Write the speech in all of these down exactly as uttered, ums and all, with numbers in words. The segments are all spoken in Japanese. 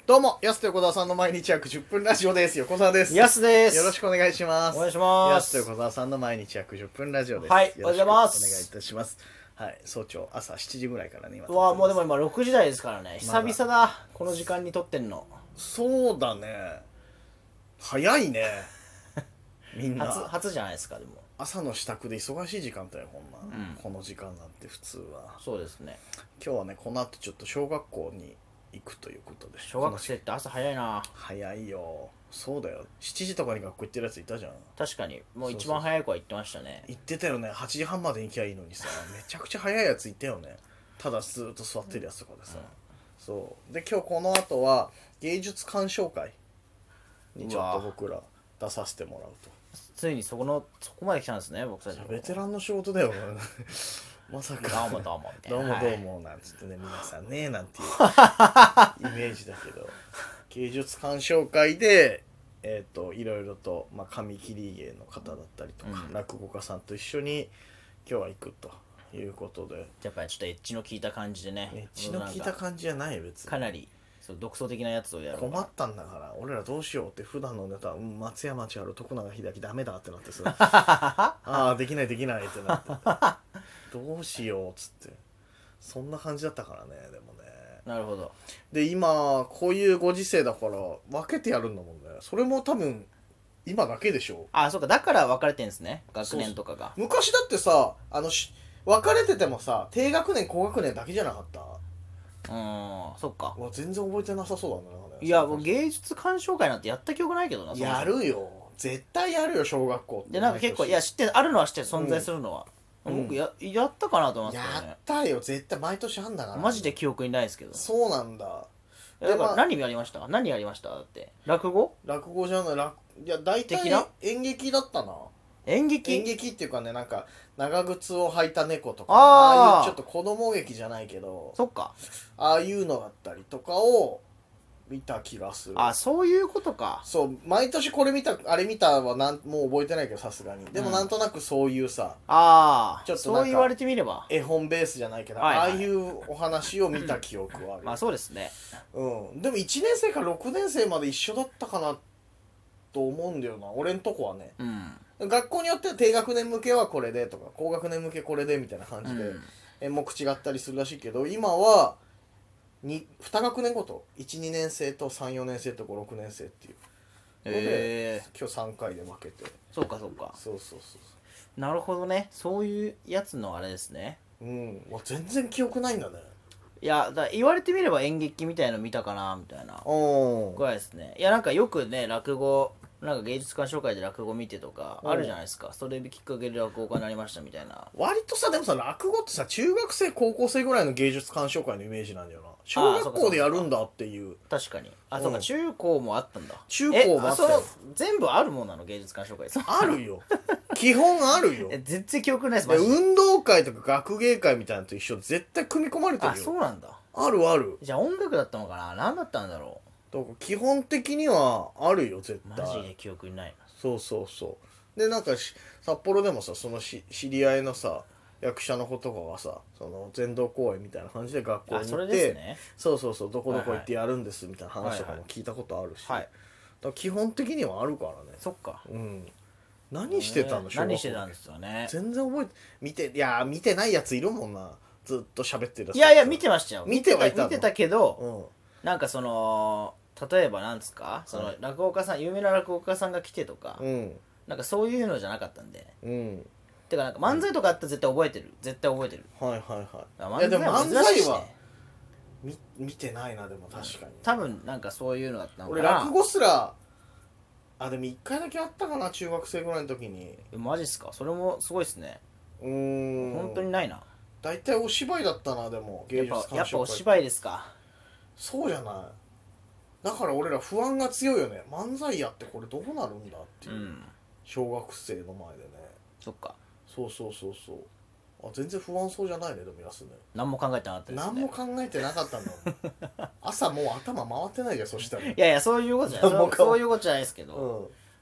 どうも、やすと横澤さんの毎日約じゅっぷんラジオです。横澤です。 やすです。 よろしくお願いします。 お願いします。 やすと横澤さんの毎日約じゅっぷんラジオです。 はい、おはようございます。 お願いいたします。はい、早朝朝しちじぐらいからね、今。 うわ、もうでも今ろくじ台ですからね。久々だ。この時間に撮ってんの。 そうだね。早いね。みんな。 初、初じゃないですか、でも。 朝の支度で忙しい時間帯ほんま、 うん、 この時間なんて普通は。 そうですね。 今日はね、この後ちょっと小学校に行くということで。 小学生って朝早いな。 早いよ。そうだよ。しちじとかに学校行ってるやついたじゃん。 確かに。もう一番早い子は行ってましたね。 行ってたよね。はちじはんまでに行きゃいいのにさ、めちゃくちゃ早いやついたよね。ただずっと座ってるやつとかでさ、うん、そうで今日この後は芸術鑑賞会にちょっと僕ら出させてもらうと。 ついにそこのそこまで来たんですね、僕たち。 ベテランの仕事だよまさかどうもどうもみたいなどうもどうもなんつってね、皆さんねなんていうイメージだけど芸術鑑賞会でえっ、ー、といろいろと、まあ、紙切り芸の方だったりとか、うん、落語家さんと一緒に今日は行くということで、 やっぱりちょっとエッジの効いた感じでね。 エッジの効いた感じじゃない別に。 かなりそう独創的なやつをやる。 困ったんだから俺らどうしようって普段のネタ、うん、松山千春徳永英樹ダメだってなってさああできないできないってなってどうしようっつってそんな感じだったからね。でもね、 なるほど。 で今こういうご時世だから分けてやるんだもんね。それも多分今だけでしょ。 ああそうか、だから分かれてんですね、学年とかが。 昔だってさあのし分かれててもさ低学年高学年だけじゃなかった。 うーん、そっか。 うわ全然覚えてなさそうだな。 いやもう芸術鑑賞会なんてやった記憶ないけどな。 やるよ絶対やるよ小学校って。 でなんか結構いや知ってあるのは知ってる、存在するのは、うん、僕ややったかなと思って、ね、 やったよ絶対毎年あんだから。 マジで記憶にないですけど。 そうなんだ。 だから何やりました何やりましただって落語落語じゃない落いや大体演劇だったな。 演劇演劇っていうかね、なんか長靴を履いた猫とか あ, ああいうちょっと子供劇じゃないけど、 そっか、 ああいうのだったりとかを見た気がする。 あ、そういうことか。 そう毎年これ見たあれ見たはなんもう覚えてないけどさすがに。でもなんとなくそういうさ、うん、 ああちょっとそう言われてみれば絵本ベースじゃないけど、はいはい、ああいうお話を見た記憶はある。 まあそうですね。 うんでもいちねん生からろくねん生まで一緒だったかなと思うんだよな俺んとこはね。 うん、 学校によっては低学年向けはこれでとか高学年向けこれでみたいな感じで演目違ったりするらしいけど、今は に, に学年ごと いちにねん生とさんよねん生とごろくねん生っていうので、えー、今日さんかいで分けて。 そうかそうか、 そうそうそうなるほどね。そういうやつのあれですね。 うん全然記憶ないんだね。 いやだ言われてみれば演劇みたいの見たかなみたいなぐらいですね。いやなんかよくね落語なんか芸術鑑賞会で落語見てとかあるじゃないですか。それきっかけで落語家になりましたみたいな。 割とさでもさ落語ってさ中学生高校生ぐらいの芸術鑑賞会のイメージなんだよな。小学校でやるんだっていう。 確かにあ、うん、そうか中高もあったんだ。 中高もあったよ。 全部あるもんなの芸術鑑賞会あるよ基本あるよ全然記憶ないですマジで。 運動会とか学芸会みたいなのと一緒絶対組み込まれてるよ。 あそうなんだ。あるある。 じゃあ音楽だったのかな。何だったんだろう。だから基本的にはあるよ絶対。 マジで記憶にないな。 そうそうそうでなんか札幌でもさそのし知り合いのさ役者の子とかがさその全道公演みたいな感じで学校に行って、 それですね、 そうそうそうどこどこ行ってやるんですみたいな話とかも聞いたことあるし、はいはい、だから基本的にはあるからね。 そっか。 うん何してたの、 えー、何してたんですよね。 全然覚えて見ていや見てないやついるもんな。ずっと喋ってる。 いやいや見てましたよ。 見てはいたの。 見てたけど、うん、なんかその例えばなんですかその落語家さん、有名な落語家さんが来てとか、うん、なんかそういうのじゃなかったんで、うん、てかなんか漫才とかあったら絶対覚えてる絶対覚えてる。 はいはいはい。いやでも漫才は見見てないな。でも確かに多分なんかそういうのだったのかな。 俺落語すらあでもいっかいだけあったかな中学生ぐらいの時に。 マジっすか。それもすごいっすね。 うーん本当にないな。 大体お芝居だったな。でも芸術鑑賞会やっぱお芝居ですか。 そうじゃない。だから俺ら不安が強いよね。漫才やってこれどうなるんだっていう、うん、小学生の前でね。 そっか。 そうそうそうそう。あ全然不安そうじゃないね。でもやすね何も考えてなかったですね。 何も考えてなかったんだ朝もう頭回ってないじゃんそしたら。いやいやそういうことじゃないそういうことじゃないですけど、うん、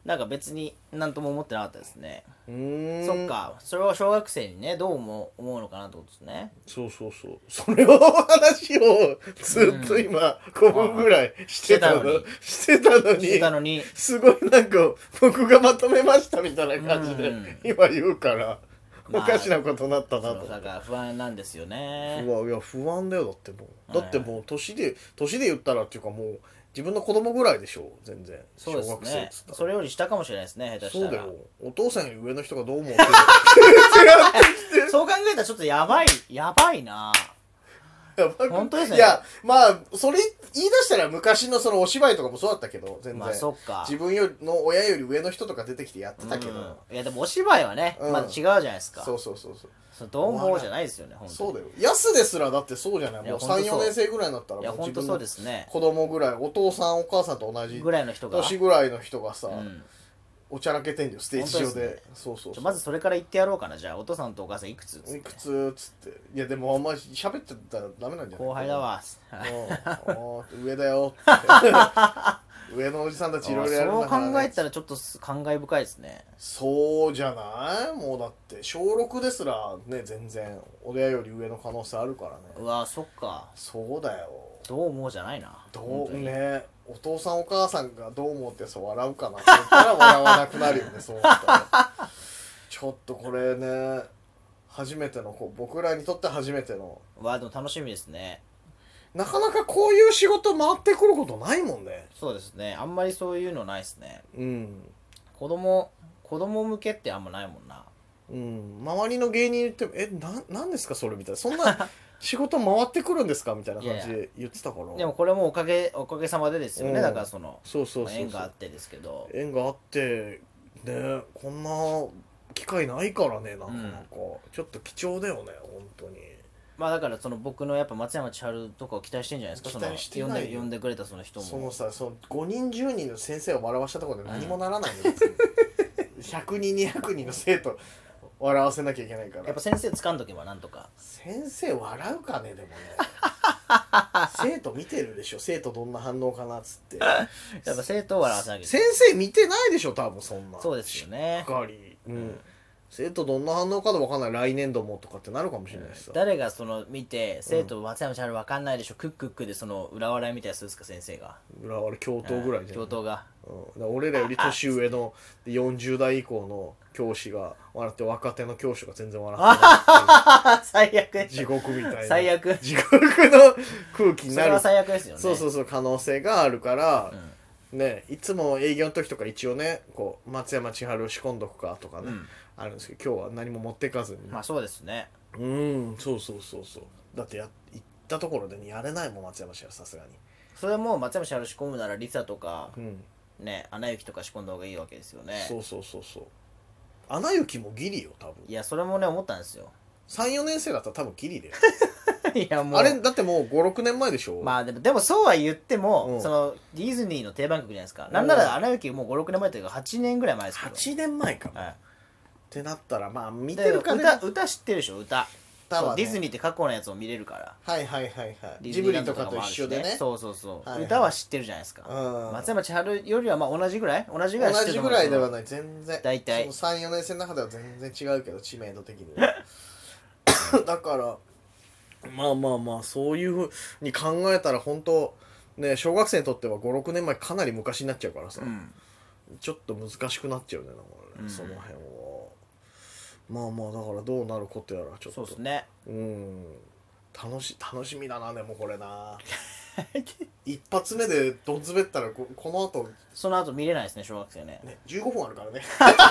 なんか別に何とも思ってなかったですね。 うーんそっか、それは小学生にねどう思う思うのかなってことですね。 そうそうそう。それを話をずっと今ごふんぐらいしてたの、 うんしてたのに、 してたのにすごいなんか僕がまとめましたみたいな感じでうん今言うから、 まあおかしなことになったなと思って。 そうだから不安なんですよね。 不安いや不安だよ。だってもうはいだってもう年で年で言ったらっていうかもう自分の子供ぐらいでしょ全然。 そうです小学生っねつったらそれより下かもしれないですね下手したら。 そうだよ。お父さんより上の人がどう思うってそう考えたらちょっとやばいやばいな。 やばく本当ですねいやまあそれ言い出したら昔のそのお芝居とかもそうだったけど全然、 まあそっか。 自分よりの親より上の人とか出てきてやってたけど、 うんいやでもお芝居はね、 うんまだ違うじゃないですか。 そうそうそうそうそうどう思うじゃないですよね本当に。 そうだよ。安ですらだってそうじゃない。もういやほんとそうさんよねん生ぐらいになったらいやもう本当そうで自分のすね。 子供ぐらいお父さんお母さんと同じぐらいの人が。 年ぐらいの人がさ、 うんおちゃらけてんだよステージ上で。 本当ですねそうそうそう。 ちょまずそれから言ってやろうかな。じゃあお父さんとお母さんいくつっつっていくつっつっていやでもあんまり喋ってたらダメなんじゃない。 後輩だわ。 うんおー上だよって上のおじさんたちいろいろやるんそうだから、ね、 考えたらちょっと感慨深いですね。 そうじゃないもうだって小ろくですらね全然親より上の可能性あるからね。 うわそっか。 そうだよ。 どう思うじゃないな。 どう本当にねお父さんお母さんがどう思ってそう笑うかなって言ったら笑わなくなるよねそう思ったらちょっとこれね初めてのこう僕らにとって初めてのわあでも楽しみですね。 なかなかこういう仕事回ってくることないもんね。 そうですねあんまりそういうのないですね。 うん子供子供向けってあんまないもんな。 うん周りの芸人言ってもえななんですかそれみたいなそんな仕事回ってくるんですかみたいな感じで言ってたからでもこれもおかげおかげさまでですよね、 うんだからそのそうそうそうそう縁があってですけど。 縁があってねこんな機会ないからねなかなか、 うんちょっと貴重だよね本当に。 まあだからその僕のやっぱ松山千春とかを期待してんじゃないですか。 期待してそのないよ呼んで呼んでくれたその人も。 そのさそのごにんじゅうにんの先生を笑わしたところで何もならないの、別にひゃくにんにひゃくにんの生徒笑わせなきゃいけないから。 やっぱ先生掴んどけばなんとか。 先生笑うかねでもね生徒見てるでしょ生徒どんな反応かなっつってやっぱ生徒を笑わせなきゃいけ先ない。 生見てないでしょ多分そんな。 そうですよねしっかり、うん生徒どんな反応かで分かんない来年度もとかってなるかもしれないしさ、 誰がその見て生徒松山千春わかんないでしょクックックでその裏笑いみたいなやつですか先生が。 裏割れ教頭ぐらいじゃん、 教頭がうん、だから俺らより年上のよんじゅう代以降の教師が笑って若手の教師が全然笑ってない最悪地獄みたいな最悪地獄の空気になるそれは最悪ですよね。 そうそうそう可能性があるから、ねいつも営業の時とか一応ねこう松山千春を仕込んどくかとかね、 うんあるんですけど今日は何も持っていかずに、 まあそうですね。 うんそうそうそうそうだってや行ったところで、ね、やれないもん松山千春さすがに。 それも松山千春仕込むならリサとかうんねアナ雪とか仕込んだ方がいいわけですよね。 そうそうそうそうアナ雪もギリよ多分。 いやそれもね思ったんですよさんよねん生だったら多分ギリでいやもうあれだってもうごろくねんまえでしょ。 まあでもでもそうは言っても、 うんそのディズニーの定番曲じゃないですか。なんならアナ雪もうごろくねんまえというかはちねんぐらい前ですけど。 はちねんまえかも、 はいってなったらまあ見でてるかね歌歌知ってるでしょ歌歌はねそうディズニーって過去のやつも見れるから。 はいはいはいはいディズジブニーランドリとかと一緒でねそうそうそう、 はいはい歌は知ってるじゃないですか、 うん松山千春よりはまあ同じぐらい同じぐらい知って同じると思うんですよぐらいではない全然大体そのさんよねん生の中では全然違うけど知名度的にはだからまあまあまあそういうふうに考えたら本当ね小学生にとってはごろくねんまえかなり昔になっちゃうからさ、 うんちょっと難しくなっちゃうねなんかね、 うんその辺はまあまあだからどうなることやらちょっとそうですねうん楽し楽しみだなでもこれな一発目でどん詰めったらここの後その後見れないですね小学生ねねじゅうごふんあるからね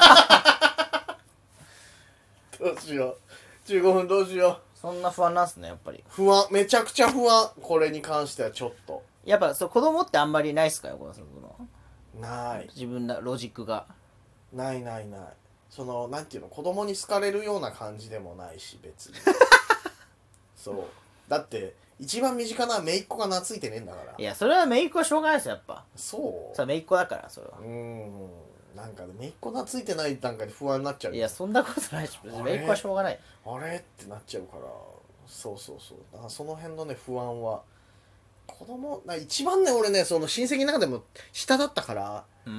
どうしようじゅうごふんどうしようそんな不安なんすねやっぱり。 不安めちゃくちゃ不安これに関してはちょっとやっぱそう子供ってあんまりないっすかよこのそのない自分のロジックが。 ないないないそのなんていうの子供に好かれるような感じでもないし別にそうだって一番身近な姪っ子が懐いてねえんだから。 いやそれは姪っ子はしょうがないですよやっぱ。 そうさあ姪っ子だからそれは。 うーんなんかね姪っ子懐いてない段階で不安になっちゃういやそんなことないしあれ姪っ子はしょうがない。 あれってなっちゃうからそうそうそうだからその辺のね不安は子供な一番ね俺ねその親戚の中でも下だったからうん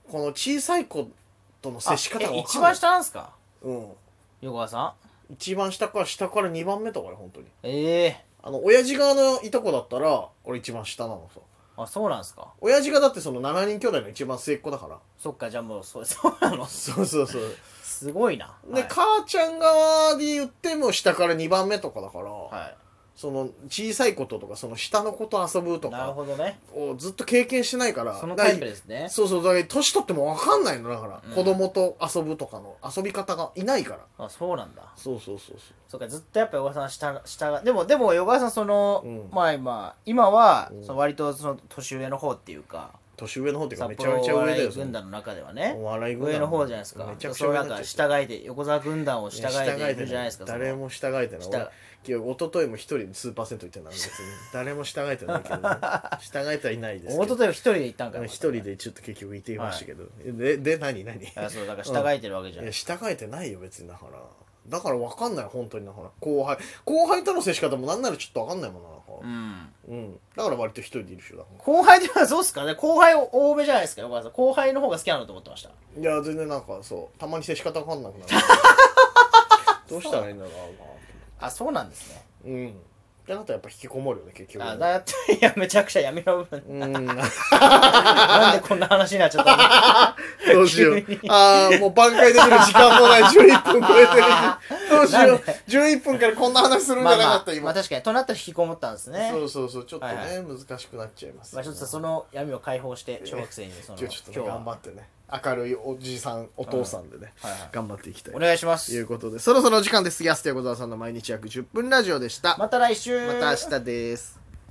この小さい子との接し方が分かんない。 一番下なんすか？ うん。 横川さん一番下から下からにばんめとかね、本当に。 ええー、 あの親父側のいとこだったら俺一番下なのさ。 あ、そうなんすか。 親父がだってそのしちにん兄弟の一番末っ子だから。 そっか、じゃあもうそそうなの。 そうそうそう。 すごいな。 で、はい、母ちゃん側で言っても下からにばんめとかだから、はい、その小さいこととかその下の子と遊ぶとか、 なるほどね、 をずっと経験してないから、 そのタイプですね。 そうそう、だから年取っても分かんないのだから、うん、子供と遊ぶとかの遊び方がいないから。 あ、そうなんだ。 そうそうそうそう。 そうか、ずっとやっぱ横川さん下下がでもでも横川さんその、うん、まあ今今は、うん、その割とその年上の方っていうか。 年上の方っていうかめちゃめちゃ上だよ。 お笑い軍団の中ではね、 お笑い軍団上の方じゃないですか。めちゃくちゃ上なんか従えて横澤軍団を従えているじゃないですか。 誰も従えてない。一昨日も一人で数パーセント言ってたんです別に誰も従えてないけど、ね、従えてはいないですけど。 一昨日は一人で行ったんかな。 一人でちょっと結局言っていましたけど、はい、でで何何？ あ、そうだから従えてるわけじゃない。 いや従えてないよ別に。だからだから分かんない本当に。だから後輩後輩との接し方もなんならちょっと分かんないもんな。うん、うん、だから割と一人でいる人だ。 後輩ではそうっすかね。後輩多めじゃないですか。後輩の方が好きなのと思ってました。 いや全然なんかそうたまに接し方分かんなくなるどうしたらいいんだろうな。 あ、そうなんですね。 うん。だとやっぱ引きこもるよね結局。 あ、だっていやめちゃくちゃ闇の部分。うんなんでこんな話になっちゃったのどうしよう。ああもう挽回できる時間もないじゅういっぷん超えてる。どうしよう。じゅういっぷんからこんな話するんじゃなかった今。 まあ確かにとなったら引きこもったんですね。 そうそうそうちょっとね、はいはい、難しくなっちゃいます。 まあちょっとその闇を解放して小学生にその、 えー、ちょっと頑張ってね。明るいおじさんお父さんでね、はいはいはい、頑張っていきたいお願いしますということでそろそろ時間です。安手横澤さんの毎日約じゅっぷんラジオでした。 また来週。 また明日です。